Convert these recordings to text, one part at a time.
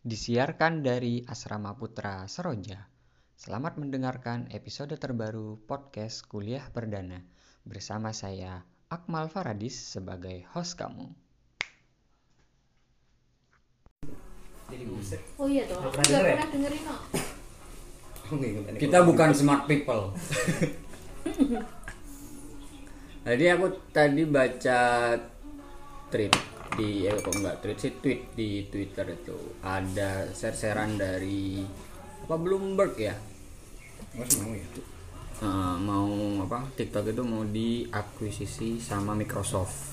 Disiarkan dari Asrama Putra Seroja. Selamat mendengarkan episode terbaru podcast Kuliah Perdana bersama saya Akmal Faradis sebagai host kamu. Oh iya toh, nggak pernah dengerin kok. Kita bukan smart people. Jadi aku tadi baca tweet tweet di Twitter itu ada share-sharean dari Bloomberg ya. Mau TikTok itu mau diakuisisi sama Microsoft.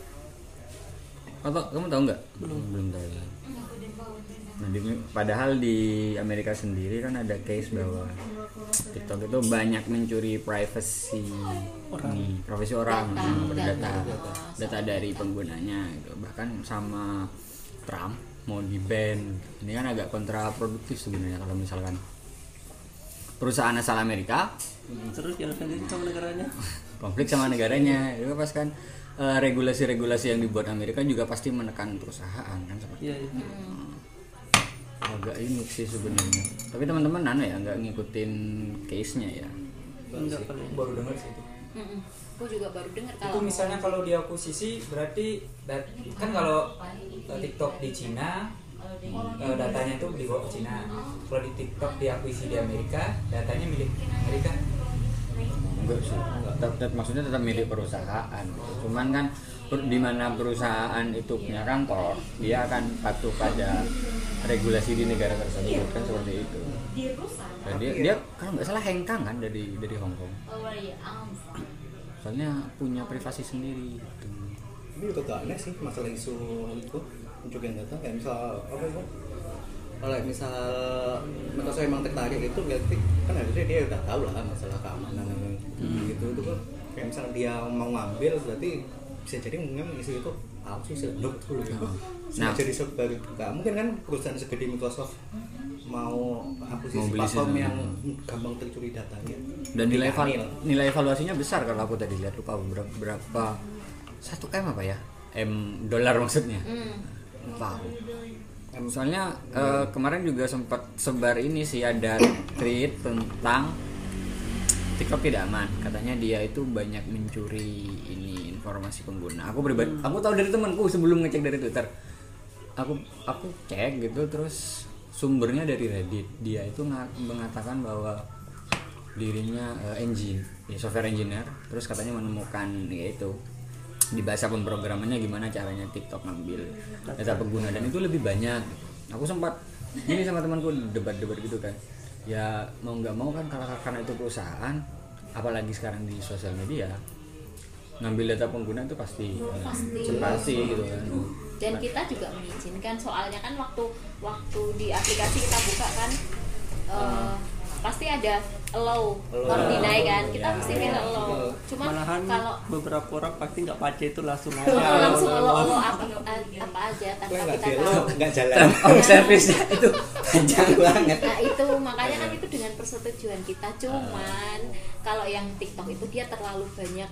Atau kamu tahu nggak? Belum tahu ya. Nah, padahal di Amerika sendiri kan ada case bahwa TikTok itu banyak mencuri privasi orang, data dari penggunanya gitu. Bahkan sama Trump mau di-ban. Ini kan agak kontraproduktif sebenarnya kalau misalkan perusahaan asal Amerika terus yang sama negaranya konflik sama negaranya, itu pas kan regulasi-regulasi yang dibuat Amerika juga pasti menekan perusahaan kan seperti itu. Agak unik sih sebenarnya. Tapi teman-teman nggak ngikutin case-nya ya. Baru dengar sih itu. Aku juga baru dengar Itu misalnya kalau diakuisisi berarti kan kalau TikTok di Cina datanya itu dibawa ke Cina. Kalau di TikTok diakuisisi di Amerika, datanya milik Amerika. Enggak sih. Maksudnya tetap milik perusahaan. Cuman kan di mana perusahaan itu punya kantor, dia akan patuh pada regulasi di negara tersebut kan seperti itu. Dan dia kalau nggak salah hengkang kan dari Hong Kong. Soalnya punya privasi sendiri gitu. Ini juga gak aneh sih masalah isu itu pencurian data kayak misal kalau misal Microsoft emang tertarik itu berarti kan harusnya dia udah tahu lah masalah keamanan gitu itu kan kayak misal dia mau ngambil berarti bisa jadi mungkin isu itu sih sedok dulu gitu. Jadi sebagai nggak mungkin kan perusahaan segede Microsoft mau akuisisi platform yang gampang tercuri datanya. Dan nilai evaluasinya besar kalau aku tadi lihat, lupa berapa 1 M apa ya? $, maksudnya. Lupa aku. Soalnya kemarin juga sempat sebar ini sih, ada tweet tentang TikTok tidak aman. Katanya dia itu banyak mencuri informasi pengguna. Aku tahu dari temanku sebelum ngecek dari Twitter. Aku cek gitu, terus sumbernya dari Reddit. Dia itu mengatakan bahwa dirinya software engineer, terus katanya menemukan yaitu di bahasa pemrogramannya gimana caranya TikTok ngambil data pengguna, dan itu lebih banyak. Aku sempat ini sama temanku debat gitu kan. Ya mau nggak mau kan karena itu perusahaan, apalagi sekarang di sosial media, ngambil data pengguna itu pasti gitu kan. Dan kita juga mengizinkan, soalnya kan waktu di aplikasi kita buka kan pasti ada allow or deny kan, kita mesti pilih allow. Cuman malahan kalau beberapa orang pasti nggak baca itu langsung allow apa aja tanpa kita tahu. nggak jalan service itu panjang banget. Nah itu makanya kan itu dengan persetujuan kita. Cuman kalau yang TikTok itu dia terlalu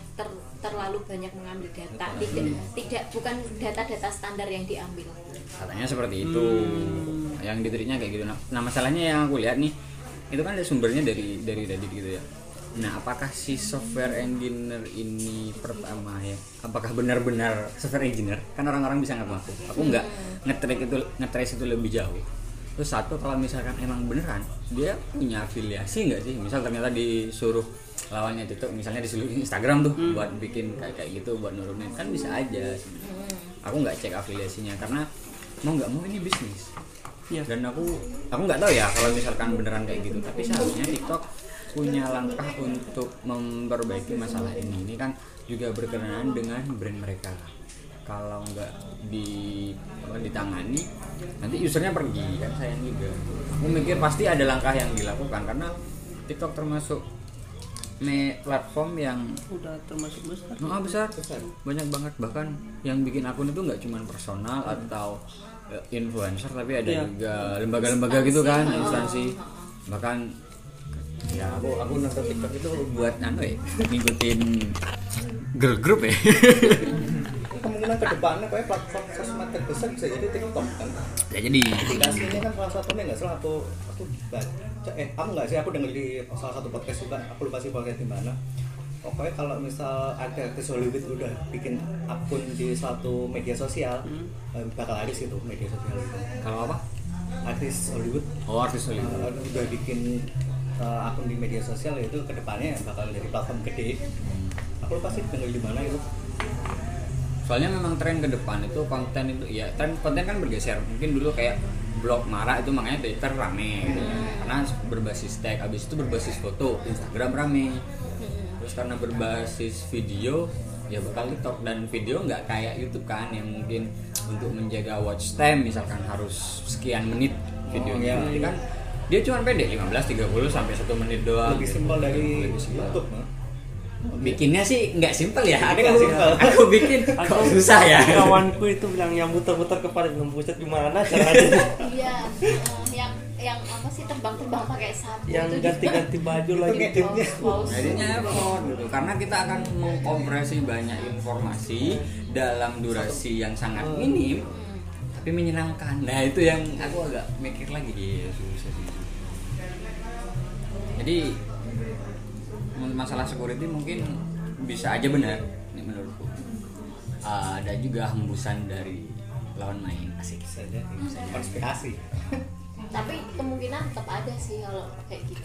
banyak mengambil data, bukan data standar yang diambil. Katanya seperti itu. Yang diterima kayak gitu. Nah masalahnya yang aku lihat nih, itu kan ada sumbernya dari Reddit gitu ya. Nah, apakah si software engineer ini pertama ya, apakah benar-benar software engineer? Kan orang-orang bisa ngaku. Aku nggak nge-trace itu lebih jauh. Terus satu, kalau misalkan emang beneran dia punya afiliasi nggak sih? Misal ternyata disuruh lawannya TikTok, misalnya disuruh Instagram tuh buat bikin kayak gitu, buat nurunin, kan bisa aja sebenarnya. Aku nggak cek afiliasinya karena mau nggak mau ini bisnis. Ya. Dan aku nggak tahu ya kalau misalkan beneran kayak gitu, tapi seharusnya TikTok punya langkah untuk memperbaiki masalah ini. Ini kan juga berkenaan dengan brand mereka. Kalau nggak ditangani, nanti usernya pergi kan, sayang juga. Aku mikir pasti ada langkah yang dilakukan karena TikTok termasuk platform yang udah termasuk besar. Besar. Banyak banget, bahkan yang bikin akun itu nggak cuma personal atau influencer, tapi ada juga lembaga-lembaga gitu kan, instansi. Bahkan ya aku nonton TikTok itu buat ngikutin girl group ya. Kemungkinan kemungkinan kedepannya kayak platform sosmed terbesar bisa jadi TikTok kan. Ya jadi Aplikasinya kan salah satunya nggak salah aku baca aku nggak sih, aku dengar di salah satu podcast juga, aku lupa sih podcast di mana. Pokoknya kalau misal ada artis Hollywood udah bikin akun di suatu media sosial, bakal laris itu media sosial itu. kalau apa? Artis Hollywood Artis Hollywood. udah bikin akun di media sosial, itu kedepannya bakal dari platform gede. Aku lupa sih dengar di mana itu. Soalnya memang tren ke depan itu konten itu ya, konten kan bergeser. Mungkin dulu kayak blog marak itu makanya Twitter rame gitu ya. Karena berbasis tag, habis itu berbasis foto, Instagram rame. Terus karena berbasis video ya bakal TikTok, dan video nggak kayak YouTube kan yang mungkin untuk menjaga watch time misalkan harus sekian menit videonya. Nanti kan dia cuma pendek 15-30 sampai 1 menit doang. Lebih simpel dari Lebih simpel. YouTube. Bikinnya sih nggak simpel ya. Ini nggak simpel. Aku bikin kok susah ya. Kawanku itu bilang yang muter-muter kepala ngebuset gimana caranya? Iya, yang apa sih terbang-terbang pakai sapu Yang itu ganti-ganti baju lagi. ngeditnya. Jadinya effort gitu. Karena kita akan mengkompresi banyak informasi dalam durasi yang sangat minim tapi menyenangkan. Nah, itu yang aku agak mikir lagi. Iya, susah sih. Jadi masalah security mungkin bisa aja benar ini menurutku. Ada juga hembusan dari lawan main, asik Saja konspirasi. tapi kemungkinan tetap ada sih kalau kayak gitu.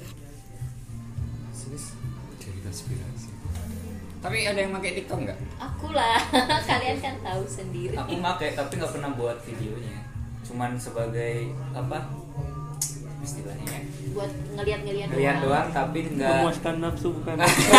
Jadi konspirasi. Tapi ada yang pakai TikTok nggak? Aku lah, kalian kan tahu sendiri. Aku pakai tapi nggak pernah buat videonya, cuman sebagai apa istilahnya ya, Buat ngeliat-ngeliat lihat doang tapi nggak. Memuaskan nafsu bukan?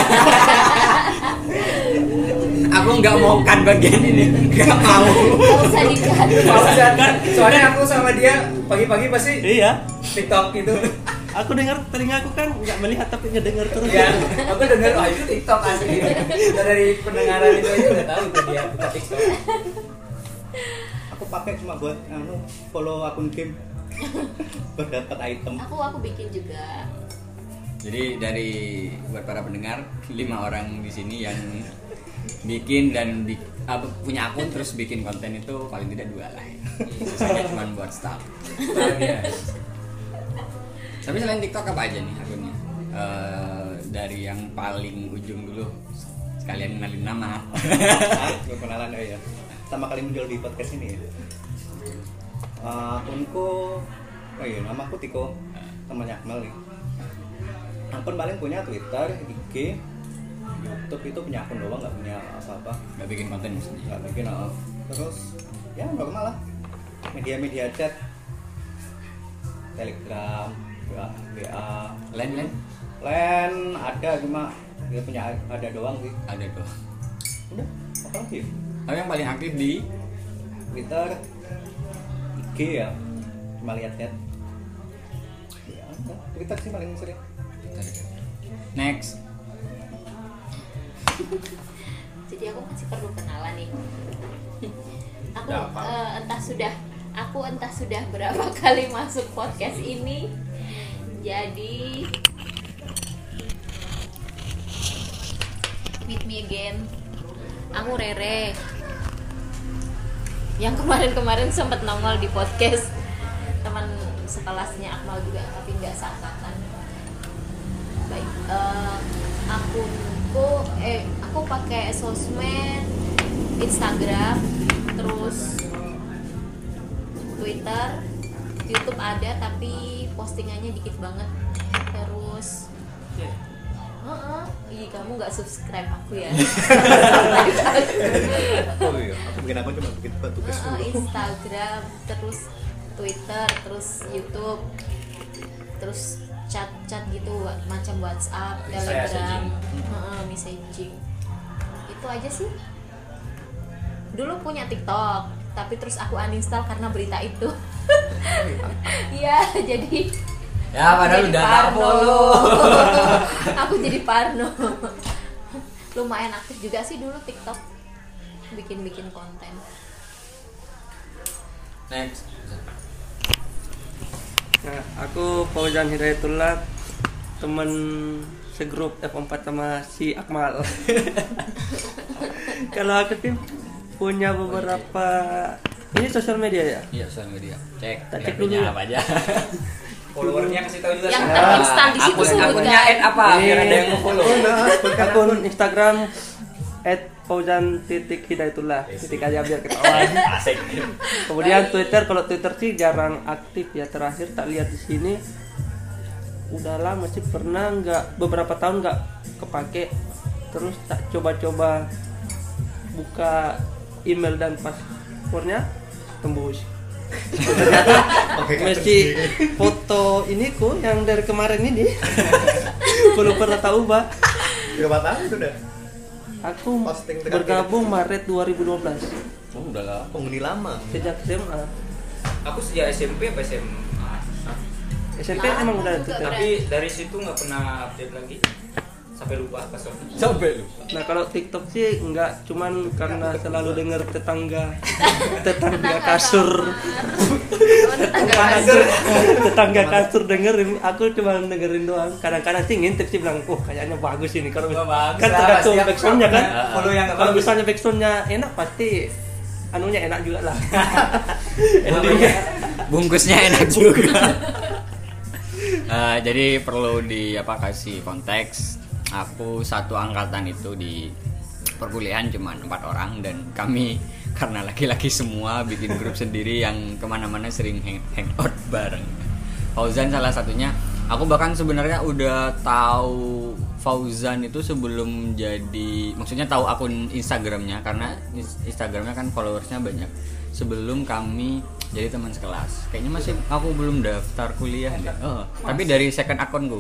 Aku nggak mau kan bagian ini, nggak mau. Gak usah digaduh. Soalnya aku sama dia pagi-pagi pasti Iya. TikTok gitu. Aku dengar, telinga aku kan nggak melihat tapi ngedengar terus. Ya, aku dengar itu TikTok asli. Dari pendengaran itu aja udah tahu tuh dia buka TikTok. Aku pakai cuma buat follow akun game. Buat dapat item. Aku bikin juga. Jadi dari buat para pendengar 5 orang di sini yang bikin dan punya akun terus bikin konten itu paling tidak 2 lah ya. Sisanya cuma buat staff. Tapi selain TikTok apa aja nih akunnya? Dari yang paling ujung dulu sekalian kenalin nama. Kenalan ya. Pertama kali muncul di podcast ini ya. Akunku, namaku Tiko, temannya Akmal nih. Akun paling punya Twitter, IG, YouTube itu punya akun doang, nggak punya apa-apa. Nggak bikin konten maksudnya. Nggak bikin terus ya normal lah. Media-media chat, Telegram, WA, Lain Len ada cuma dia punya ada doang sih. ada tuh. Udah, apa lagi? Tapi yang paling aktif di Twitter, IG ya, cuma lihat-lihat. Ya, Twitter sih paling sering. Next. Jadi aku masih perlu kenalan nih. Aku entah sudah berapa kali masuk podcast ini. Jadi meet me again. Aku Rere. Yang kemarin sempat nongol di podcast teman sekelasnya Akmal juga, tapi nggak seangkatan. Baik, aku pakai sosmed Instagram, terus Twitter, YouTube ada tapi postingannya dikit banget. Terus Ih, kamu nggak subscribe aku ya? Oh iya, aku bikin akun cuma bikin tugas dulu. Instagram, terus Twitter, terus YouTube, terus chat gitu macam WhatsApp, Telegram, messaging. Itu aja sih. Dulu punya TikTok, tapi terus aku uninstall karena berita itu. Iya, jadi Ya padahal udah parno. follow. Aku jadi parno. Lumayan aktif juga sih dulu TikTok, bikin konten. Next. Nah, aku Fauzan Hidayatullah, teman segrup F4 sama si Akmal. Kalau aku tim punya beberapa ini sosial media ya. Iya, sosial media. Cek. Tak cek punya dulu. apa aja. Followernya kasih tahu juga. Yang Sal. terinstal di situ Akunnya sebutkan. apa? Biar ada yang follow. Akun Instagram @fauzan_hidayatullah titik aja biar ketahuan. Asik. Kemudian Twitter, kalau Twitter sih jarang aktif ya, terakhir tak lihat di sini. Udah lama sih, pernah nggak beberapa tahun nggak kepake, terus tak coba-coba buka email dan passwordnya tembus. Mesti foto ini ku yang dari kemarin ini belum pernah tahu Mbak. Berapa tahun itu udah? Aku Posting terakhir. bergabung Maret 2012 Oh, udah lah. Penghuni lama. sejak SMA. Aku sejak SMP apa SMA? SMP emang udah ada Twitter. Tapi dari situ nggak pernah update lagi. Sampai lupa passwordnya. Sampai lu. Nah kalau TikTok sih enggak, cuman karena selalu dengar tetangga kasur tetangga kasur dengerin, aku cuma dengerin doang. Kadang-kadang sih ngintip sih bilang, oh kayaknya bagus ini kalau bagus kan lah, tergantung pasti backsoundnya kan. follow yang nggak Kalau bagus. misalnya backsoundnya enak pasti anunya enak juga lah. Bungkusnya enak juga. Jadi perlu kasih konteks. Aku satu angkatan itu di perkuliahan cuma 4 orang, dan kami karena laki-laki semua bikin grup sendiri yang kemana-mana sering hangout bareng. Fauzan salah satunya. Aku bahkan sebenarnya udah tahu Fauzan itu sebelum maksudnya tahu akun Instagramnya, karena Instagramnya kan followersnya banyak. Sebelum kami jadi teman sekelas. Kayaknya masih aku belum daftar kuliah deh. Tapi dari second akunku.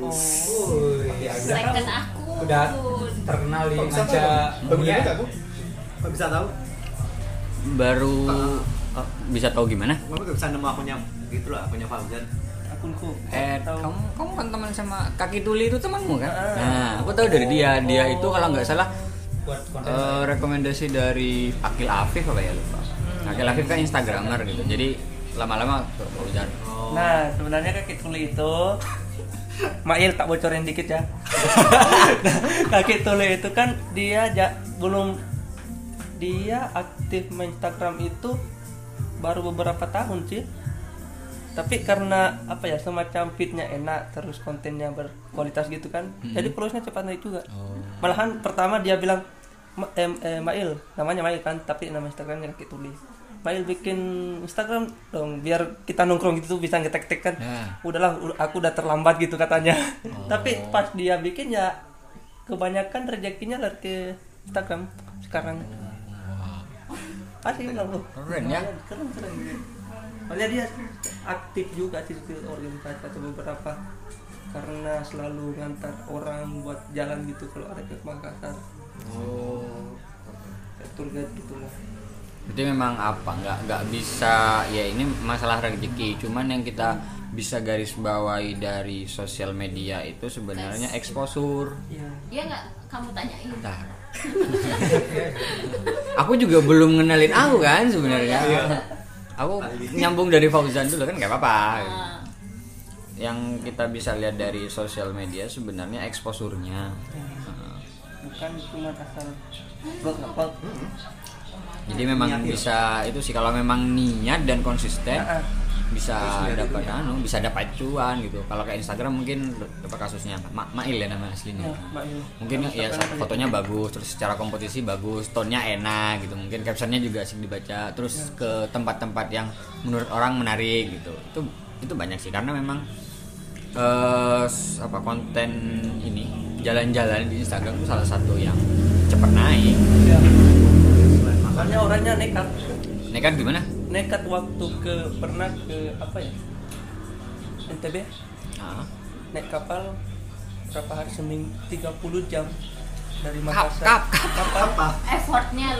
Second aku Udah terkenal di Kok bisa manca tahu? Baru dunia. ingat aku. Kok bisa tahu? Baru bisa tahu gimana? Kamu gak bisa nemu akunnya gitu loh, akunnya Fauzan. Akunku. Kamu kan teman sama Kaki Tuli itu temanmu kan? Nah, aku tahu dari dia. Dia itu kalau nggak salah Buat konten. rekomendasi dari Akil Afif apa ya, lupa. Akil Afif kan Instagramer gitu. Jadi lama-lama ke Fauzan. Nah, sebenarnya Kaki Tuli itu Mail tak bocorin dikit ya. Kaki Tuli itu kan dia aktif main Instagram itu baru beberapa tahun sih. Tapi karena semacam fitnya enak, terus kontennya berkualitas gitu kan. Jadi followersnya cepat naik juga. Malahan pertama dia bilang Mail, namanya Mail kan, tapi nama Instagramnya Kaki Tuli. Mail bikin Instagram dong biar kita nongkrong gitu bisa ngetek-tek kan. Udahlah, aku udah terlambat gitu katanya. Tapi pas dia bikin ya kebanyakan rezekinya lari ke Instagram sekarang. Asik bilang loh. Keren ya. Keren. Soalnya dia aktif juga di organisasi atau beberapa, karena selalu ngantar orang buat jalan gitu kalau ada ke Makassar. Tour guide gitulah. Jadi memang nggak bisa ya, ini masalah rezeki. Cuman yang kita bisa garis bawahi dari sosial media itu sebenarnya exposure. Iya nggak kamu tanyain. Bentar. Aku juga belum ngenalin aku kan sebenarnya. Aku nyambung dari Fauzan dulu kan nggak apa-apa. Yang kita bisa lihat dari sosial media sebenarnya exposure-nya. Bukan cuma asal blog. Jadi memang bisa itu sih, kalau memang niat dan konsisten bisa dapat cuan gitu. Kalau kayak Instagram mungkin dapat kasusnya Mail ya nama aslinya. Mungkin ya fotonya bagus, terus secara kompetisi bagus, tone-nya enak gitu. Mungkin caption-nya juga asik dibaca, terus ke tempat-tempat yang menurut orang menarik gitu. Itu banyak sih, karena memang konten ini jalan-jalan di Instagram itu salah satu yang cepat naik. Soalnya orangnya nekat. Nekat gimana? Nekat waktu pernah ke NTB. Naik kapal berapa hari, seminggu 30 jam dari Makassar. Kapal. Effortnya.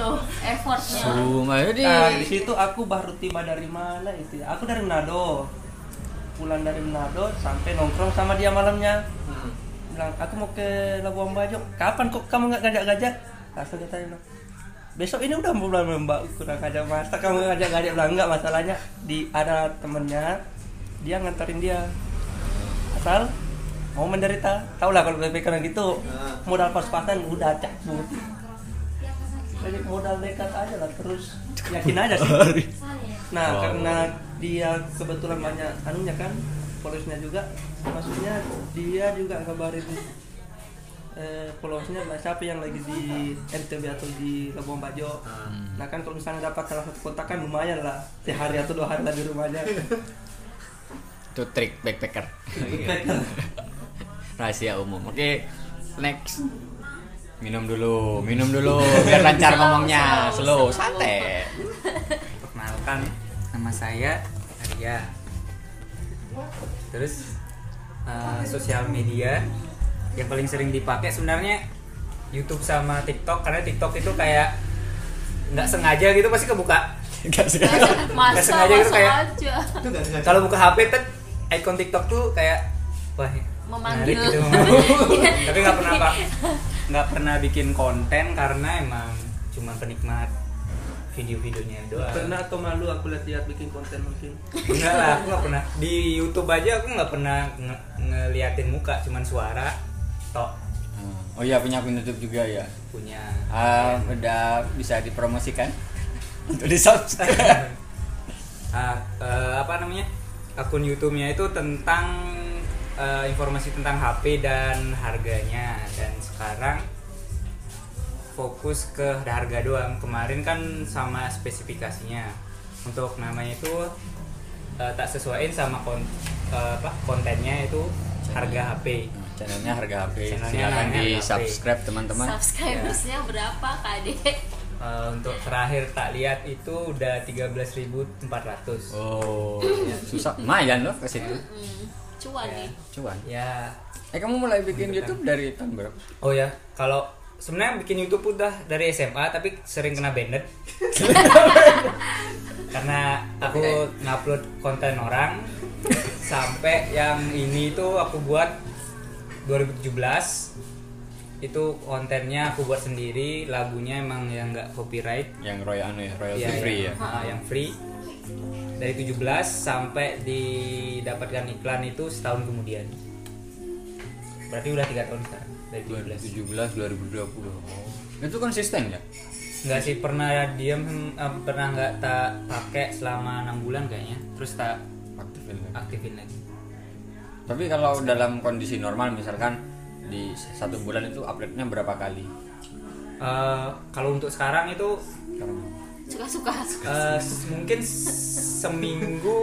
Nah, di situ aku baru tiba dari mana itu ya? Aku dari Manado. Pulang dari Manado sampai nongkrong sama dia malamnya. Bilang, aku mau ke Labuan Bajo. Kapan kok kamu nggak ngajak-ngajak? Langsung dia tanya, besok ini udah mau bilang mbak kurang ngajak, masa kamu ngajak-ngajak? Bilang enggak, masalahnya ada temennya, dia nganterin dia, asal mau menderita. Tau lah kalau pikiran gitu, modal pas-pasan udah cabut. banyak modal nekat aja lah, terus yakin aja sih. Nah karena dia kebetulan banyak anunya kan, followersnya juga, maksudnya dia juga kabarin followersnya siapa yang lagi di NTB atau di Labuan Bajo. Nah kan kalau misalnya dapat salah satu kontak kan lumayan lah, sehari atau 2 hari lah di rumahnya. Itu trik backpacker. Rahasia umum. Oke, next. Minum dulu biar lancar ngomongnya, slow, santai. Perkenalkan, nama saya Arya. Terus sosial media yang paling sering dipakai sebenarnya YouTube sama TikTok, karena TikTok itu kayak nggak sengaja gitu pasti kebuka. Nggak sengaja gitu kayak kalau buka HP tuh icon TikTok tuh kayak wah Memanggil. menarik gitu. Tapi nggak pernah bikin konten karena emang cuma penikmat video-videonya doang. Pernah atau malu aku lihat bikin konten mungkin? Enggak lah, aku nggak pernah di YouTube aja, aku nggak pernah ngeliatin muka, cuman suara tok. Oh iya, punya akun YouTube juga ya. Punya. Udah bisa dipromosikan untuk di subscribe. Apa namanya? Akun YouTube-nya itu tentang informasi tentang HP dan harganya, dan sekarang fokus ke harga doang. Kemarin kan sama spesifikasinya. Untuk namanya itu tak sesuaiin sama kontennya itu harga HP. Channelnya harga HP. Channelnya Silakan namanya di harga subscribe teman-teman. Subscribersnya berapa Kak Dek? Untuk terakhir tak lihat itu udah 13.400. Oh, susah. Lumayan loh ke situ. Cuan Ya. nih. Cuan. Ya. Kamu mulai bikin YouTube dari tahun berapa? Oh ya, kalau sebenarnya bikin YouTube udah dari SMA tapi sering kena banned. Karena aku ngupload konten orang sampai yang ini tuh aku buat 2017. Itu kontennya aku buat sendiri, lagunya emang yang nggak copyright, Yang royalty free ya. Yang free. Dari 17 sampai didapatkan iklan itu setahun kemudian. Berarti udah 3 tahun sekarang. Dari 2017 2020. Oh. Itu konsisten ya? Enggak sih, pernah pernah nggak tak pakai selama 6 bulan kayaknya, terus tak aktifin lagi. Tapi kalau dalam kondisi normal misalkan di 1 bulan itu uploadnya berapa kali? Kalau untuk sekarang itu Suka-suka. mungkin seminggu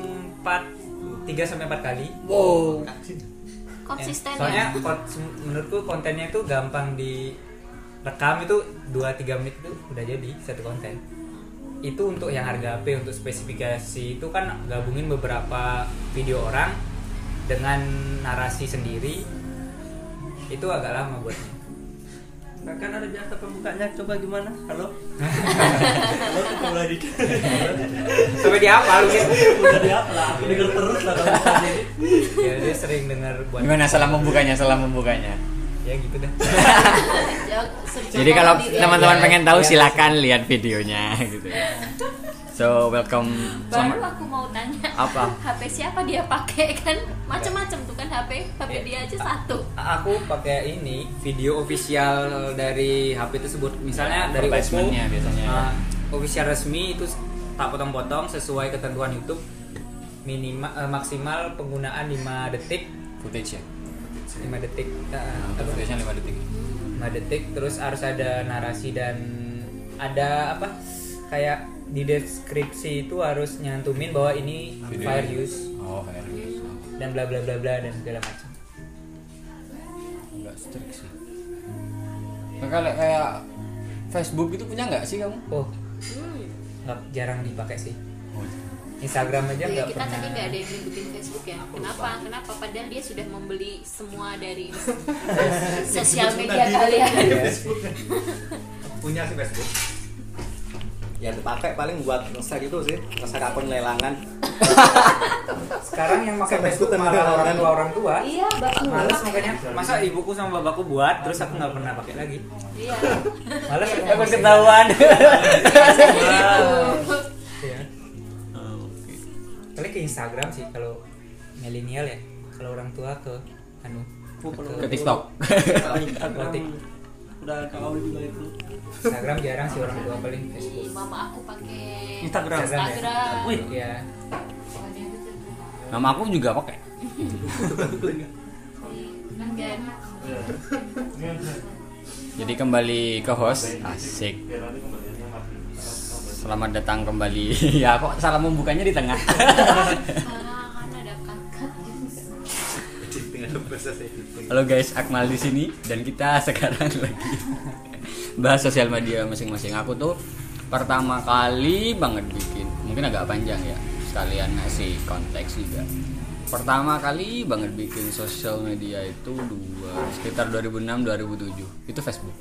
3-4 kali. Wow. Konsisten Soalnya ya. menurutku kontennya itu gampang direkam, itu 2-3 menit itu udah jadi satu konten. Itu untuk yang harga HP. Untuk spesifikasi itu kan gabungin beberapa video orang dengan narasi sendiri, itu agak lama buatnya. Nah, kan ada biasa pembukanya, coba gimana? Halo? Halo, ketemu lagi. Sampai dihafal gitu. Udah dihafal lah, aku denger terus lah kalau misalnya ini. Ya dia sering dengar buat. Gimana salah membukanya? Ya gitu dah. Jadi kalau teman-teman pengen tahu silakan lihat videonya gitu ya. So welcome. Baru aku mau tanya Apa? HP siapa dia pakai, kan macam-macam tuh kan HP dia aja satu. Aku pakai ini video official dari HP tersebut. Misalnya dari Oppo, Advertisement-nya biasanya. official resmi itu tak potong-potong sesuai ketentuan YouTube. Maksimal penggunaan 5 detik. Footage ya. 5 detik. Footage-nya 5 detik. 5 detik, terus harus ada narasi dan ada apa? Kayak di deskripsi itu harus nyantumin bahwa ini Video. fair use Oh, fair use. dan bla bla bla bla dan segala macam. Enggak strict sih. Nah, kalau kayak Facebook itu punya nggak sih kamu? Oh, jarang dipakai sih. Instagram aja Ya, nggak kita pernah. tadi nggak ada yang nyebutin Facebook ya. Kenapa? Padahal dia sudah membeli semua dari sosial media kalian. Punya sih Facebook. Ya dipakai paling buat nge-share itu sih, nge-share akun lelangan. Sekarang yang pakai Sampai Facebook ikutan malah lelangan. orang tua. Iya, bapak. Males makanya. Masa ibuku sama bapakku buat, terus aku nggak pernah pakai lagi. Iya. Males aku Takut pakai. ketahuan. Iya. Kali ke Instagram sih kalau milenial ya. Kalau orang tua ke Ke TikTok. ke udah gaul juga itu. Instagram jarang sih orang tua, paling Facebook. Mama aku pakai Instagram. Instagram. Wih, Iya. Nama aku juga pakai. Enggak. Jadi kembali ke host, asik. Selamat datang kembali. Ya kok salah membukanya di tengah. Kan ada kakak juga. Halo guys, Akmal di sini dan kita sekarang lagi bahas sosial media masing-masing. Aku tuh pertama kali banget bikin, mungkin agak panjang ya, sekalian ngasih konteks juga. Pertama kali banget bikin sosial media itu sekitar 2006-2007. Itu Facebook.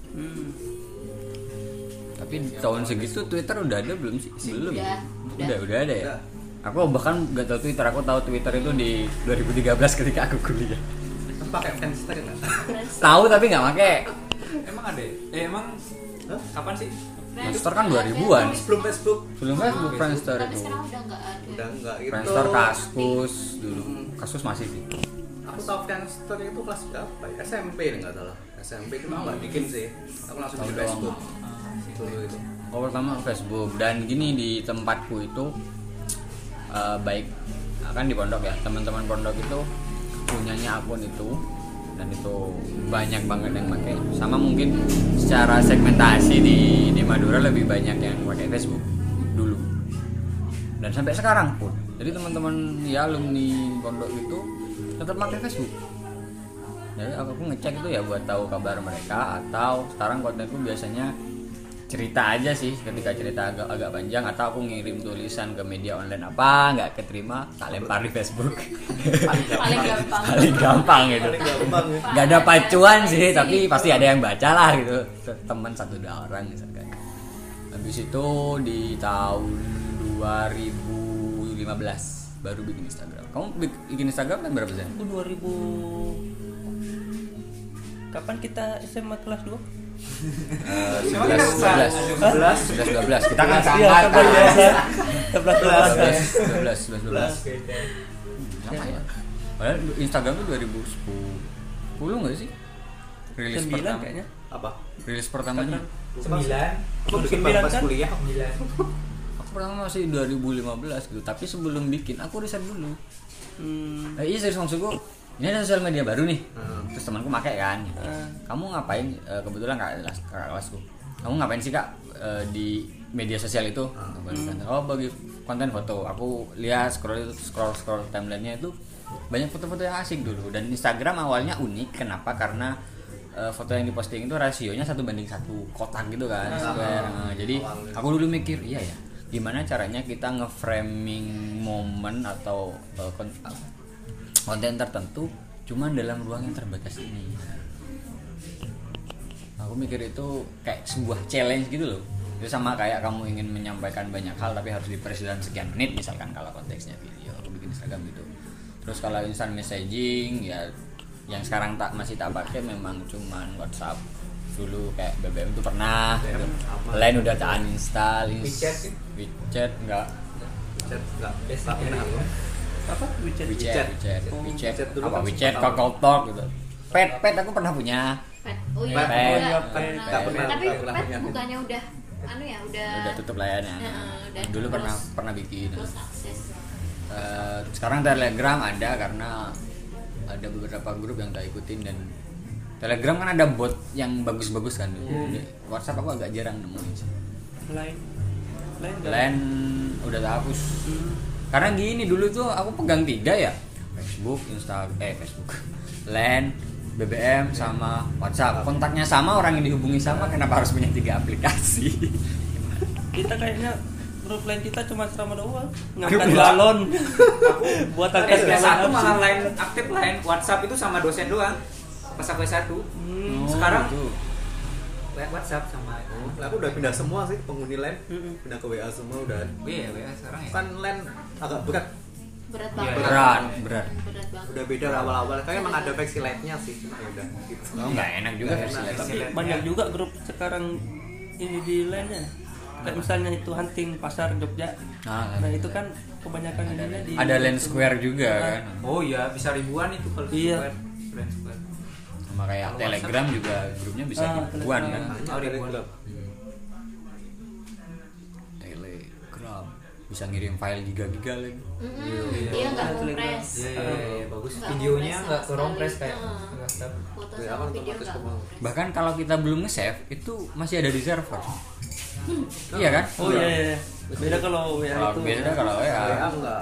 Tapi tahun segitu Twitter udah ada belum sih? Belum. Udah ada ya. Aku bahkan gak tahu Twitter, aku tahu Twitter itu di 2013 ketika aku kuliah. Pakai Friendster nggak? Tahu tapi nggak pakai. Emang ada? Emang kapan sih? Friendster kan 2000-an. Sebelum Facebook. Sebelum Facebook Friendster Tapi itu. sekarang udah nggak ada. Udah enggak itu. Friendster, Kaskus dulu. Kaskus masih sih. Aku tahu Friendster itu kelas berapa ya? SMP enggak salah. SMP itu nggak bikin sih. Aku langsung di Tahu Facebook. doang. Dulu itu. Oh, pertama Facebook, dan gini di tempatku itu baik akan di pondok ya, teman-teman pondok itu punyanya akun itu, dan itu banyak banget yang pakai. Sama mungkin secara segmentasi di Madura lebih banyak yang pakai Facebook dulu dan sampai sekarang pun. Jadi teman-teman ya alumni pondok itu tetap pakai Facebook. Jadi aku ngecek itu ya buat tahu kabar mereka, atau sekarang kontenku biasanya cerita aja sih. Ketika cerita agak panjang atau aku ngirim tulisan ke media online apa nggak keterima, tak lempar di Facebook. Paling gampang. Paling gampang gitu. Paling gampang ya. Nggak ada pacuan sih, tapi pasti ada yang baca lah gitu. Teman 1-2 orang misalkan. Habis itu di tahun 2015 baru bikin Instagram. Kamu bikin Instagram kan berapa sih? aku 2000. Kapan kita SMA kelas 2? 11 12 kita kan Iya, sangat 11. 12 sama ya. Padahal Instagram itu 2010 nggak sih? Rilis 9 pertama. kayaknya. Apa? Rilis pertamanya. 9. Aku bikin Sembilan pas kan? kuliah. 9. Aku pertama masih 2015 gitu. Tapi sebelum bikin aku riset dulu. Iya serius maksudku. Ini ada sosial media baru nih. Terus temanku pakai kan. Kamu ngapain? Kebetulan kakak kelasku. Kamu ngapain sih kak di media sosial itu? Oh bagi konten foto. Aku lihat scroll timelinenya itu banyak foto-foto yang asik dulu. Dan Instagram awalnya unik. Kenapa? Karena foto yang diposting itu rasionya 1:1 kotak gitu kan. Square. Jadi aku dulu mikir iya ya. Gimana caranya kita nge-framing momen atau konten tertentu cuman dalam ruang yang terbatas ini. Aku mikir itu kayak sebuah challenge gitu loh. Itu sama kayak kamu ingin menyampaikan banyak hal tapi harus diproses dalam sekian menit misalkan kalau konteksnya video. Aku bikin Instagram gitu. Terus kalau instant messaging ya yang sekarang masih tak pakai memang cuman WhatsApp. Dulu kayak BBM itu pernah. Lain udah tak uninstall. WeChat enggak. Chat enggak. Tak pernah aku. Apa? WeChat. WeChat dulu apa kan WeChat, sempat Kakao Talk gitu. Pet aku pernah punya. Oh iya, Pet. enggak Pet. pernah. Nggak pernah. Tapi Nggak pernah Pet punya. bukannya udah Udah tutup layannya. udah Dulu close. pernah bikin. Close akses. Sekarang Telegram ada karena ada beberapa grup yang tak ikutin, dan Telegram kan ada bot yang bagus-bagus kan. Jadi, WhatsApp aku agak jarang nemuin sih. Lain udah tak hapus. Karena gini dulu tuh aku pegang 3 ya. Facebook, Facebook. LAN, BBM sama WhatsApp. Kontaknya sama, orang yang dihubungi sama, kenapa harus punya 3 aplikasi? Kita kayaknya grup lain kita cuma selama doang. Ngangkat galon. Buat angkat S1 galon. malah lain aktif, lain WhatsApp itu sama dosen doang. Pas aku S1. Sekarang gitu. WhatsApp sama Lah aku udah pindah semua sih penghuni LAN. Pindah ke WA semua udah. WA sekarang ya. Kan LAN agak berat. Berat Iya, banget. berat. Berat banget. Udah beda awal-awal. Kayak emang ada versi light-nya sih. Cuma ya udah gitu. Nggak enak juga Nggak versi enak. light. Tapi banyak juga grup sekarang ini di lainnya. Kayak misalnya itu hunting pasar Jogja. Nah itu kan kebanyakan ininya di Ada Land Square juga kan. Oh iya, bisa ribuan itu kalau Iya. Square. sama kayak Telegram juga grupnya bisa ribuan kan. Telegram. Telegram bisa ngirim file giga-giga lagi. Dia nggak kompres. Iya, bagus. Nggak Videonya kompres nggak sama kompres sekali. kayak WhatsApp. Foto Ya, sama kan video otomatis nggak kemau. kompres. Bahkan kalau kita belum nge-save itu masih ada di server. Iya kan? Oh iya. Beda kalau WA Kalau itu. beda kalau ya. WA enggak.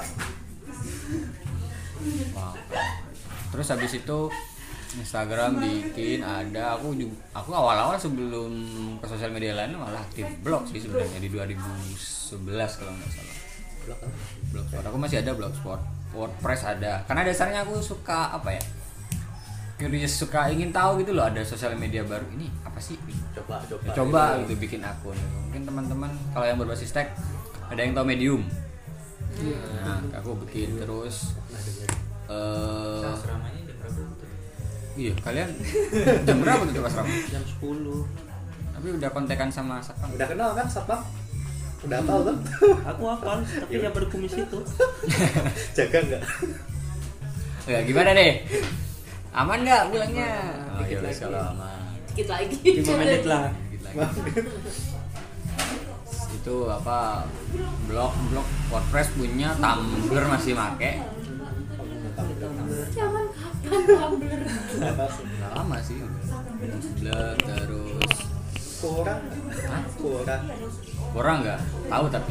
Wow. Terus habis itu Instagram bikin ada aku awal-awal sebelum ke sosial media lain malah aktif blog sih sebenarnya di 2011 kalau nggak salah. Blogspot aku masih ada blogspot, WordPress ada. Karena dasarnya aku suka apa ya? Curious, suka ingin tahu gitu loh ada sosial media baru ini apa sih? Coba gitu bikin akun. Mungkin teman-teman kalau yang berbasis tech ada yang tahu Medium. Nah, aku bikin terus Asramanya jam berapa tuh? iya, kalian jam berapa tuh asrama? Jam 10. Tapi udah kontekan sama Satpam. Udah kenal kan Satpam? Udah tahu kan? Aku hafal, tapi yang berkumis itu. Jaga enggak? Ya gimana deh? Aman nggak pulangnya? Oh iya wes kalau aman. Dikit lagi. 5 menit lah. Dikit lagi. Itu apa blog WordPress punya, Tumblr masih make. Zaman kapan Tumblr? Nggak lama sih. Tumblr terus Kurang. Hah? Kurang. nggak tahu tapi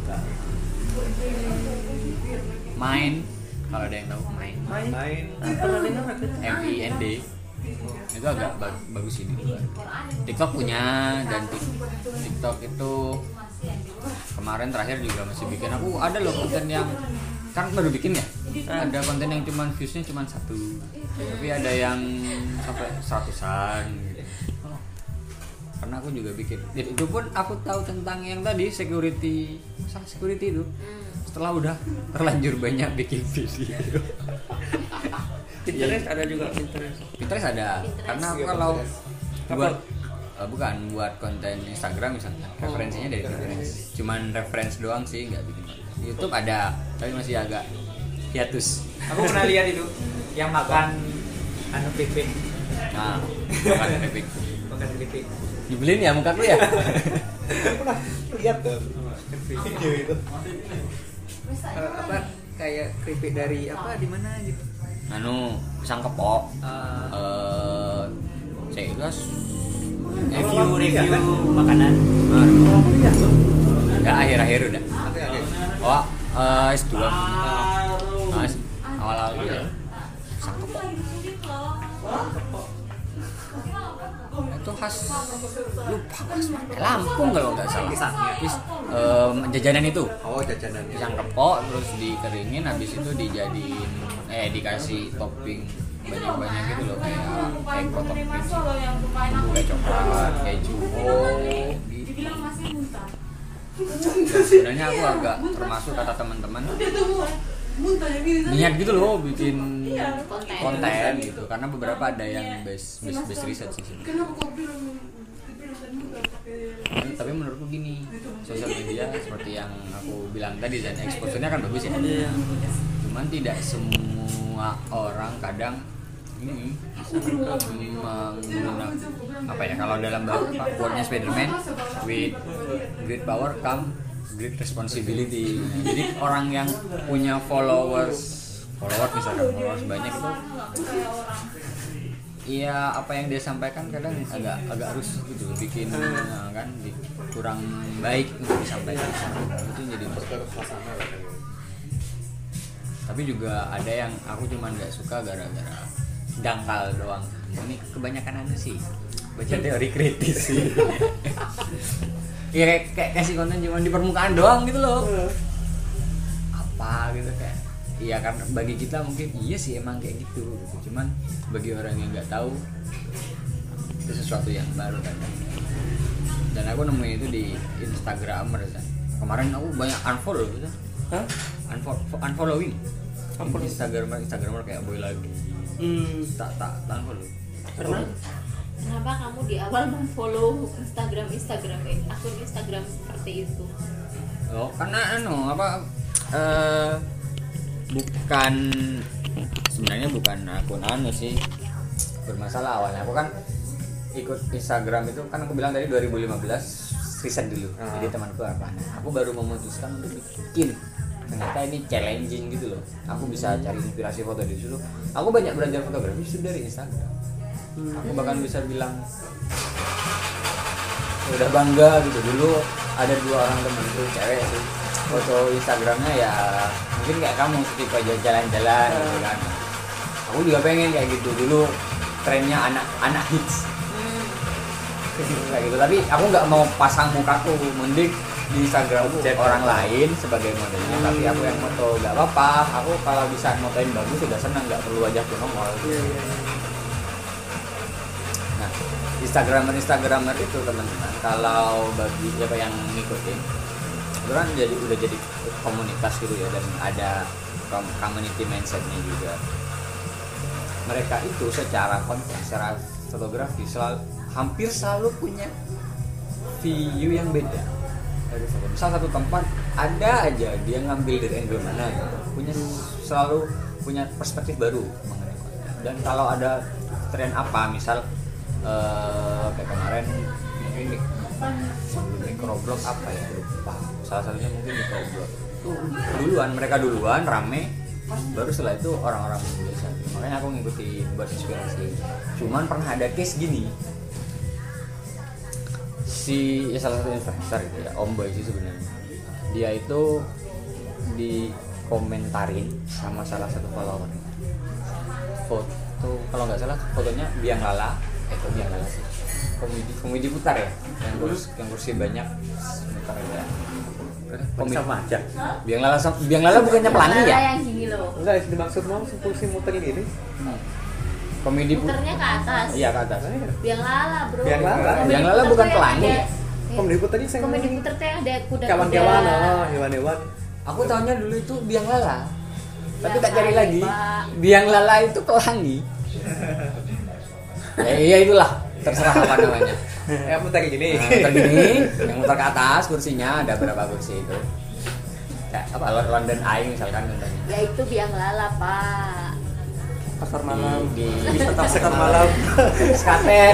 main kalau ada yang tahu main Main. Pernah dengar aku? MIND itu agak bagus sih di luar. TikTok punya dan TikTok itu kemarin terakhir juga masih bikin. Aku ada loh konten yang kan baru bikin ya. Ada konten yang cuman viewsnya cuman 1, tapi ada yang sampai 100-an gitu. Karena aku juga bikin. Jadi itu pun aku tahu tentang yang tadi masalah security itu. Setelah udah terlanjur banyak bikin video. Pinterest ada juga Pinterest. Pinterest ada. Karena aku Iya, kalau Pinterest. buat buat konten Instagram misalnya, referensinya dari Pinterest. Cuman reference doang sih, nggak bikin. YouTube ada, tapi masih agak hiatus. Aku pernah lihat itu yang makan anu pipik, Nah, makan epic. makan pipik. Nyebelin ya muka lu ya? Pernah lihat tuh video itu. Apa kayak keripik dari apa di mana gitu? Anu, pisang kepok. Cegas. Review makanan. Ya akhir-akhir udah. Akhir-akhir. Oh, S2. Awal-awal ya. Pisang kepok. Itu khas lupa khas Lampung kalau nggak salah. Pisangnya. Jajanan itu. Oh, jajanannya. Pisang kepok terus dikeringin, habis itu dijadiin dikasih topping banyak-banyak gitu loh, kayak eko topping, bumbu kayak coklat, keju. Gitu. Sebenarnya aku agak termasuk kata teman-teman niat gitu loh bikin konten gitu, karena beberapa ada yang base riset sih sebenarnya. Tapi menurutku gini, sosial media seperti yang aku bilang tadi dan exposure-nya kan bagus ya. Cuman tidak semua orang kadang ini menggunakan apa ya, kalau dalam quote-nya Spiderman, with great power come great responsibility. Jadi orang yang punya followers misalkan followers banyak itu, iya apa yang dia sampaikan kadang agak harus gitu, bikin kan kurang baik untuk disampaikan, itu jadi masalah. Tapi juga ada yang aku cuman nggak suka gara-gara dangkal doang. Ini kebanyakan anu sih baca teori kritis sih. Ya kayak kasih konten cuma di permukaan doang gitu loh. Apa gitu kayak. Iya karena bagi kita mungkin iya sih emang kayak gitu. Cuman bagi orang yang nggak tahu itu sesuatu yang baru kan. Dan aku nemuin itu di Instagram kan. Kemarin aku banyak unfollow gitu. Hah? Unfollowing. Instagram kayak boy lagi. Tak unfollow. Karena Kenapa kamu di awal memfollow akun Instagram seperti itu? Oh, karena sebenarnya bukan akun sih. bermasalah awalnya. Aku kan ikut Instagram itu kan aku bilang tadi 2015 riset dulu. Jadi temanku apa? Nah, aku baru memutuskan untuk bikin. Ternyata ini challenging gitu loh. Aku bisa cari inspirasi foto di situ. Aku banyak belajar fotografi itu dari Instagram. Aku bahkan bisa bilang udah bangga gitu. Dulu ada 2 orang temanku cewek sih, foto Instagramnya ya mungkin kayak kamu tipe aja jalan-jalan gitu kan. Aku juga pengen kayak gitu. Dulu trennya anak hits kayak gitu, tapi aku nggak mau pasang mukaku, mending di Instagram orang lain sebagai modelnya, tapi aku yang foto nggak apa-apa. Aku kalau bisa motoin bagus sudah senang, nggak perlu wajahku nongol. Nah, Instagramer itu teman-teman, kalau bagi siapa yang ngikutin, itu kan udah jadi komunitas gitu ya, dan ada community mindsetnya juga. Mereka itu secara konten, secara fotografi hampir selalu punya view yang beda dari foto. Misal satu tempat ada aja dia ngambil dari angle mana gitu. Selalu punya perspektif baru mengenai konten. Dan kalau ada tren apa, misal kayak kemarin mungkin microblog apa ya, lupa. Salah satunya mungkin microblog. Mereka duluan rame, baru setelah itu orang-orang biasa. Makanya aku ngikutin buat inspirasi. Cuman pernah ada case gini, salah satu influencer gitu ya, Om Boy sih sebenarnya. Dia itu dikomentarin sama salah satu follower. Foto, kalau nggak salah fotonya Biang Lala sih. Komedi putar ya, yang kursi banyak putar ya. Komedi sama aja. Biang Lala bukannya pelangi ya? Yang gini loh. Enggak, dimaksud mau kursi muter ini. Komedi puternya ke atas. Iya, ke atas. Biang Lala, bro. Biang Lala bukan pelangi. Komedi puternya saya. Komedi puter teh ada kuda-kuda. Kawan-kawan, hewan-hewan. Aku tahunya dulu itu Biang Lala. Tapi tak cari lagi. Biang Lala itu pelangi. Iya itulah, terserah apa namanya. Yang muter gini. Yang muter ke atas kursinya ada berapa kursi itu? Ya, apa London Eye misalkan contohnya. Ya itu Biang Lala, Pak. Pasar malam di pasar malam. Skaten.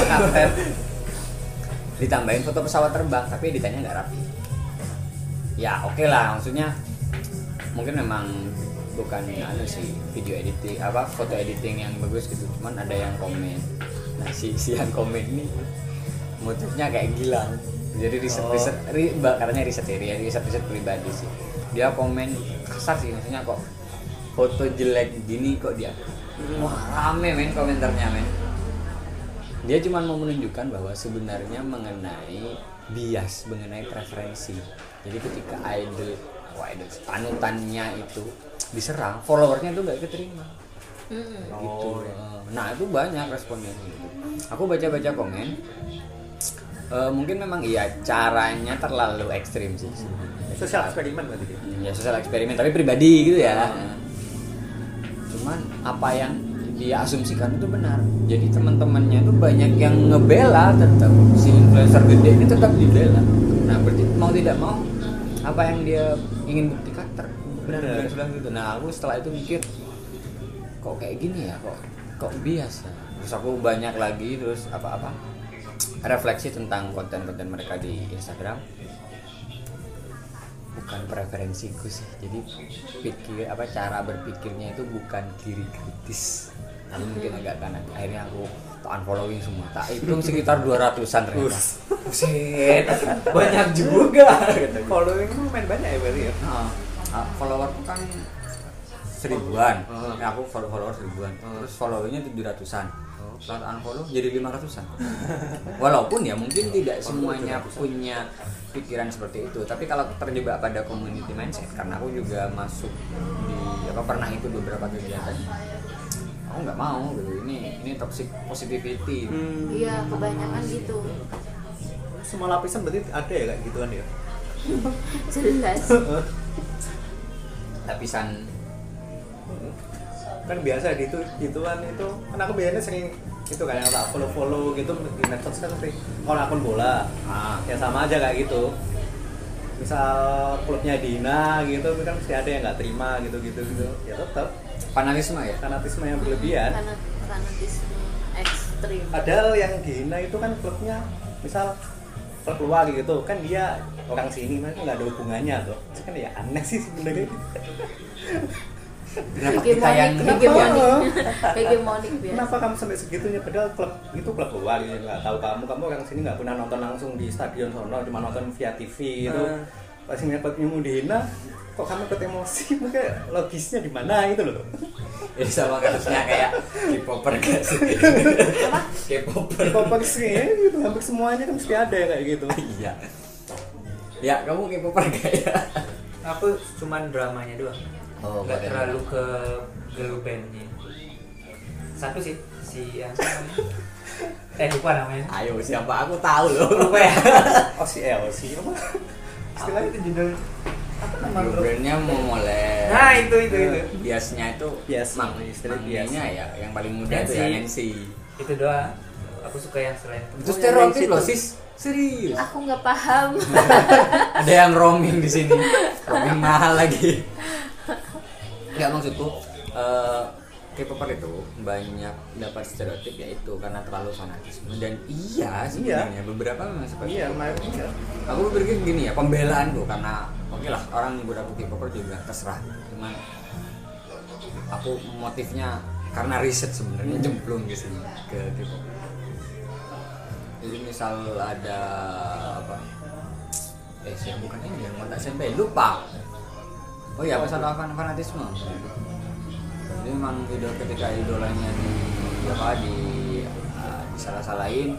Ditambahin foto pesawat terbang, tapi editannya nggak rapi. Ya oke lah, maksudnya mungkin memang bukan sih video editing foto editing yang bagus gitu, cuman ada yang komen. Nah si yang komen ini motifnya kayak Gilang, jadi karena riset pribadi sih. Dia komen kasar sih, maksudnya kok foto jelek gini kok dia. Wah rame men komentarnya men. Dia cuma mau menunjukkan bahwa sebenarnya mengenai bias, mengenai preferensi. Jadi ketika idol panutannya itu diserang, followernya itu nggak keterima. Gitu. Nah itu banyak responnya gitu. Aku baca komen, mungkin memang iya caranya terlalu ekstrim sih. Sosial eksperimen berarti. Ya sosial eksperimen tapi pribadi gitu ya. Cuman apa yang dia asumsikan itu benar. Jadi teman-temannya itu banyak yang ngebela, tetap si influencer gede ini tetap dibela. Nah berarti mau tidak mau apa yang dia ingin buktikan benar gitu. Nah aku setelah itu mikir kok kayak gini ya, kok biasa. Terus aku banyak lagi refleksi tentang konten-konten mereka di Instagram. Bukan preferensiku sih. Jadi cara berpikirnya itu bukan kiri kritis. Lalu mungkin agak kanan. Akhirnya aku unfollowing semua. Tak hitung sekitar 200-an ternyata. Buset. Banyak juga. Following lu main banyak ya berarti ya? Followerku kan 1000-an. Ya aku follower 1000-an. Terus followingnya 700-an. Setelah unfollow jadi 500-an. Walaupun ya mungkin tidak semuanya punya pikiran seperti itu, tapi kalau terjebak pada community mindset, karena aku juga masuk di pernah ikut beberapa kegiatan, aku nggak mau gitu. Ini toxic positivity. Iya, kebanyakan gitu. Semua lapisan berarti ada ya kayak gituan ya? Jelas. Lapisan kan biasa di gituan itu kan aku biasanya sering itu kayak tak follow gitu di medsos kan sering kalau akun bola ya sama aja kayak gitu, misal klubnya Dina gitu kan pasti ada yang nggak terima gitu ya tetap fanatisme yang berlebihan. Fanatisme. ekstrim. Padahal yang dihina itu kan klubnya misal klub luar gitu kan, dia orang sini kan nggak ada hubungannya tuh. Itu kan ya aneh sih sebenarnya. Kenapa kita yang Hegemonik biasa. Kenapa kamu sampai segitunya? Padahal klub itu klub luar gitu, nggak tahu kamu orang sini nggak pernah nonton langsung di stadion sono, cuma nonton via TV gitu. Pasti ngeliat klubmu dihina, kok kamu ikut emosi? Mungkin logisnya di mana itu loh. Ini sama kasusnya kayak K-popper gak sih? K-popper sih gitu, hampir semuanya kan mesti ada ya kayak gitu. Iya. Ya, kamu K-popper gak ya? Aku cuman dramanya doang. Oh, Gak terlalu ke girl bandnya. Satu sih si yang lupa namanya. Ayo, siapa? Aku tahu loh. Lupa ya. OCL sih apa? Istilahnya Itu judul apa nama grup? Brandnya Momoland. Nah itu. Biasnya itu Bias, istilah bias. manggilnya ya yang paling muda Nancy. tuh ya Nancy. Itu doang. Aku suka yang selain Itu stereotip loh sis. Serius. Aku nggak paham. Ada yang roaming di sini. Roaming mahal lagi. Enggak, maksudku K-popper itu banyak dapat stereotip yaitu karena terlalu fanatisme, dan iya sebenarnya beberapa memang seperti itu. Iya. Aku berpikir gini ya, pembelaan tuh karena oke lah orang beberapa K-popper juga terserah, cuman aku motifnya karena riset sebenarnya jemplung ke sini ke K-pop. Jadi misal ada apa? Bukan ini yang kontak SMP, lupa. Oh iya, masalah fanatisme. Jadi memang ketika idolanya disalah-salahin,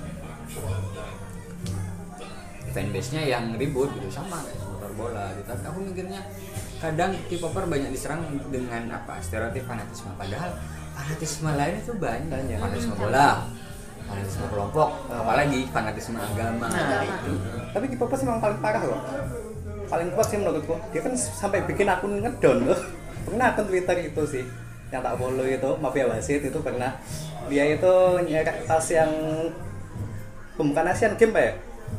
fanbase-nya yang ribut gitu, sama kayak supporter bola gitu. Aku mikirnya kadang K-popper banyak diserang dengan stereotip fanatisme, padahal fanatisme lain itu banyak. Fanatisme bola, fanatisme kelompok, apalagi fanatisme agama. Itu. Tapi K-popper sih memang paling parah loh. Paling kuat sih menurutku. Dia kan sampai bikin akun ngedown loh. Pernah akun Twitter itu sih yang tak follow itu, Mafia Wasit itu pernah. Dia itu nyerek tas yang pembukaan Asian Games ya?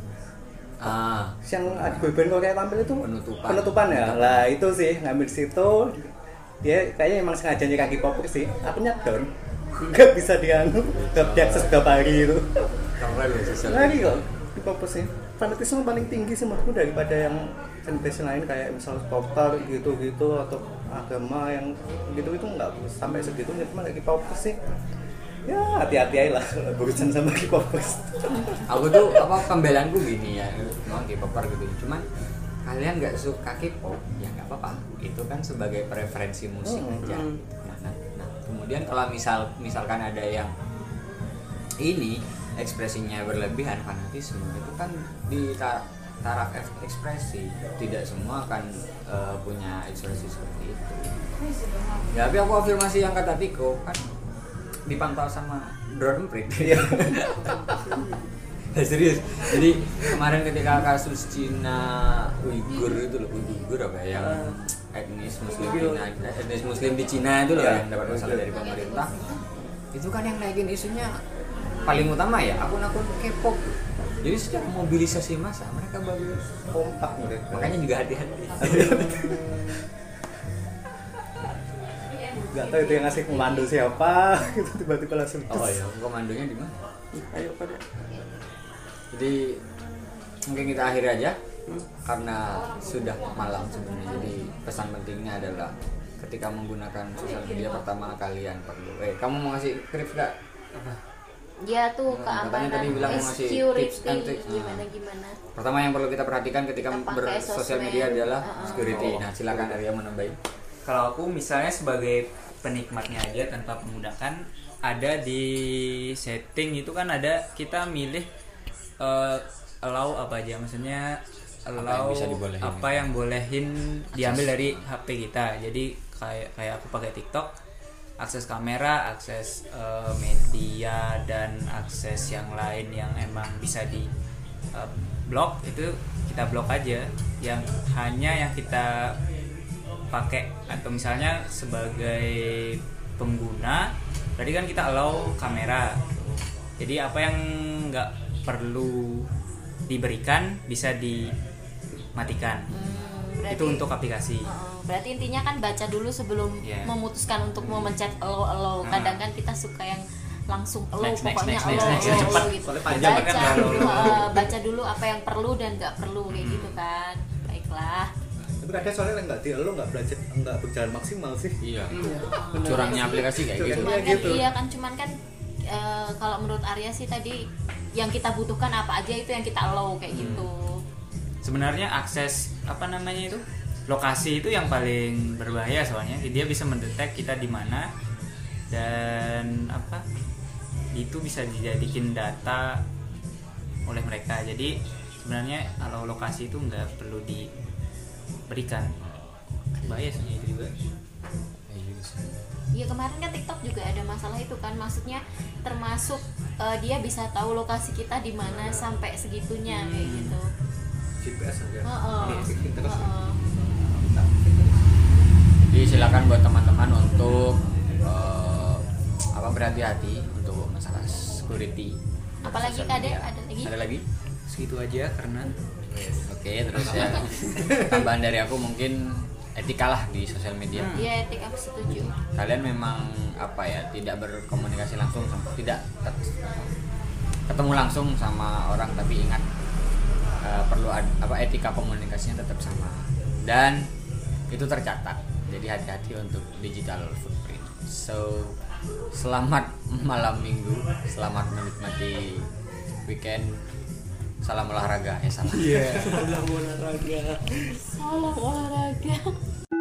Yang ada boyband Korea tampil itu penutupan ya? Lah itu sih, ngambil situ. Dia kayaknya emang sengaja nyerang K-popper sih. Akunnya down. Nggak bisa diakses berapa hari itu. Lagi kok K-popper sih. Fanatisme paling tinggi sih menurutku daripada yang fanbase lain kayak misal supporter gitu-gitu atau agama yang gitu-gitu nggak sampai segitunya. Cuma kayak K-popper sih ya hati-hati aja lah berurusan sama K-popper. Aku tuh pembelaanku gini ya, memang K-popper gitu. Cuman kalian nggak suka K-pop ya nggak apa-apa, itu kan sebagai preferensi musik aja. Nah, kemudian kalau misalkan ada yang ini ekspresinya berlebihan, fanatisme, itu kan di taraf ekspresi, tidak semua akan punya ekspresi seperti itu. Ya, tapi aku afirmasi yang kata Tiko kan dipantau sama drone print. Ya, serius. Jadi kemarin ketika kasus Cina Uighur itu loh, Uighur apa ya, yang etnis Muslim di Cina itu loh yang dapat masalah dari pemerintah. Itu kan yang naikin isunya paling utama ya akun-akun K-pop. Jadi sejak mobilisasi massa mereka bagus kompak mereka. Makanya juga hati-hati. Gak tahu itu yang ngasih komando siapa gitu tiba-tiba langsung. Oh ya, komandonya di mana? Ayo pada. Jadi mungkin kita akhiri aja karena sudah malam sebenarnya. Jadi pesan pentingnya adalah ketika menggunakan sosial media pertama kalian perlu. Kamu mau ngasih tips gak? Ya tuh Katanya tadi keamanan, bilang mau ngasih tips and tricks. gimana. Pertama yang perlu kita perhatikan ketika Pakai bersosial sosmed. media adalah security. Nah, silakan Arya menambahin. Kalau aku misalnya sebagai penikmatnya aja tanpa menggunakan, ada di setting itu kan ada kita milih allow apa aja, maksudnya allow apa yang bolehin diambil dari HP kita. Jadi kayak aku pakai TikTok, akses kamera, akses media, dan akses yang lain yang emang bisa di blok itu kita blok aja. Yang hanya yang kita pakai, atau misalnya sebagai pengguna tadi kan kita allow kamera, jadi apa yang nggak perlu diberikan bisa dimatikan. Berarti, itu untuk aplikasi. Berarti intinya kan baca dulu sebelum memutuskan untuk memencet allow. Kadang kan kita suka yang langsung Next, pokoknya next, cepet cepet. gitu. Soalnya panjang Baca kan dulu, baca dulu apa yang perlu dan nggak perlu kayak gitu kan. Baiklah. Tapi kadang soalnya nggak lo nggak belajar, nggak berjalan maksimal sih. Iya. Iya. Curangnya aplikasi kayak gitu. Cuman kan gitu. iya kan cuman kan kalau menurut Arya sih tadi yang kita butuhkan apa aja itu yang kita allow kayak gitu. Sebenarnya akses apa namanya itu lokasi itu yang paling berbahaya, soalnya dia bisa mendetek kita di mana dan apa itu bisa dijadikan data oleh mereka. Jadi sebenarnya kalau lokasi itu nggak perlu diberikan, bahaya sebenarnya itu juga. Iya kemarin kan TikTok juga ada masalah itu kan, maksudnya termasuk dia bisa tahu lokasi kita di mana sampai segitunya kayak gitu. GPS aja. Heeh. Terus Heeh. Jadi silakan buat teman-teman untuk berhati-hati untuk masalah security. Apalagi Sosial Kade, media. ada lagi? Ada lagi? Segitu aja karena Oke, terus ya tambahan dari aku mungkin etika lah di sosial media. Iya etik aku setuju. Kalian memang tidak berkomunikasi langsung tidak ketemu langsung sama orang, tapi ingat perlu etika komunikasinya tetap sama dan itu tercatat. Jadi hati-hati untuk digital footprint. So selamat malam minggu, selamat menikmati weekend. Salam olahraga, salam. Salam olahraga. Salam olahraga.